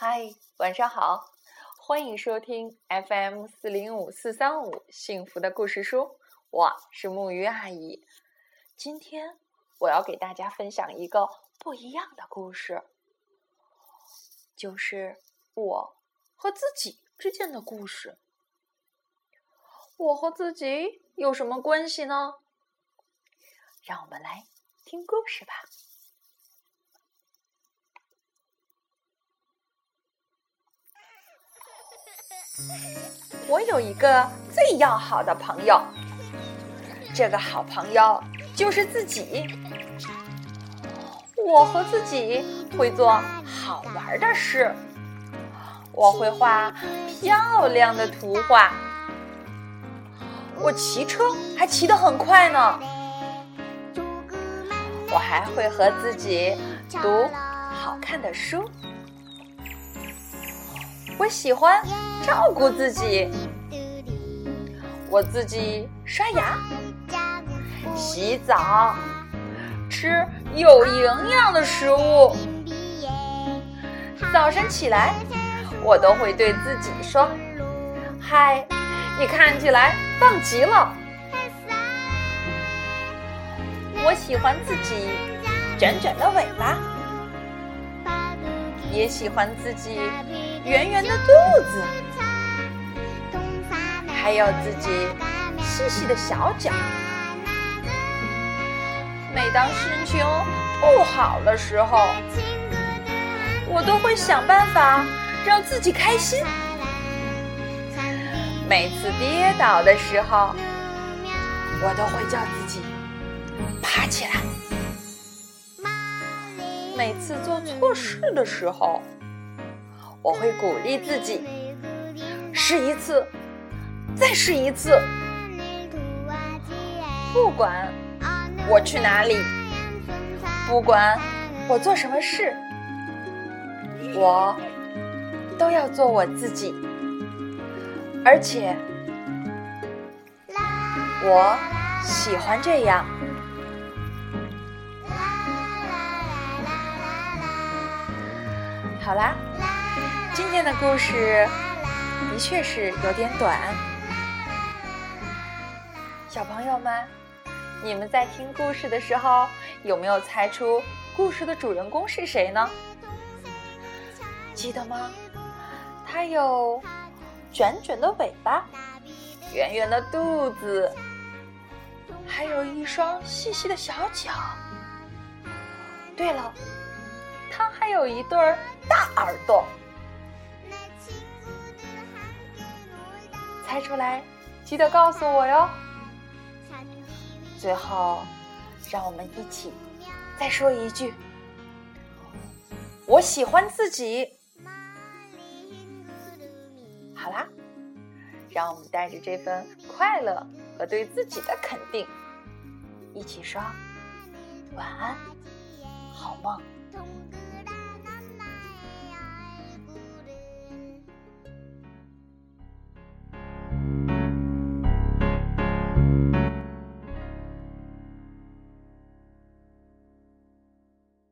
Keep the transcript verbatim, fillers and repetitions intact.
嗨，晚上好，欢迎收听 F M 四零五四三五幸福的故事书，我是木鱼阿姨。今天我要给大家分享一个不一样的故事，就是我和自己之间的故事。我和自己有什么关系呢？让我们来听故事吧。我有一个最要好的朋友，这个好朋友就是自己。我和自己会做好玩的事，我会画漂亮的图画，我骑车还骑得很快呢。我还会和自己读好看的书。我喜欢照顾自己，我自己刷牙、洗澡，吃有营养的食物。早晨起来，我都会对自己说：嗨，你看起来棒极了。我喜欢自己卷卷的尾巴，也喜欢自己圆圆的肚子，还有自己细细的小脚。每当心情不好的时候，我都会想办法让自己开心。每次跌倒的时候，我都会叫自己爬起来。每次做错事的时候，我会鼓励自己试一次，再试一次。不管我去哪里，不管我做什么事，我都要做我自己。而且我喜欢这样。好啦，今天的故事的确是有点短。小朋友们，你们在听故事的时候，有没有猜出故事的主人公是谁呢？记得吗？他有卷卷的尾巴，圆圆的肚子，还有一双细细的小脚。对了，他还有一对大耳朵。猜出来记得告诉我哟。最后让我们一起再说一句，我喜欢自己。好啦，让我们带着这份快乐和对自己的肯定，一起说晚安，好梦。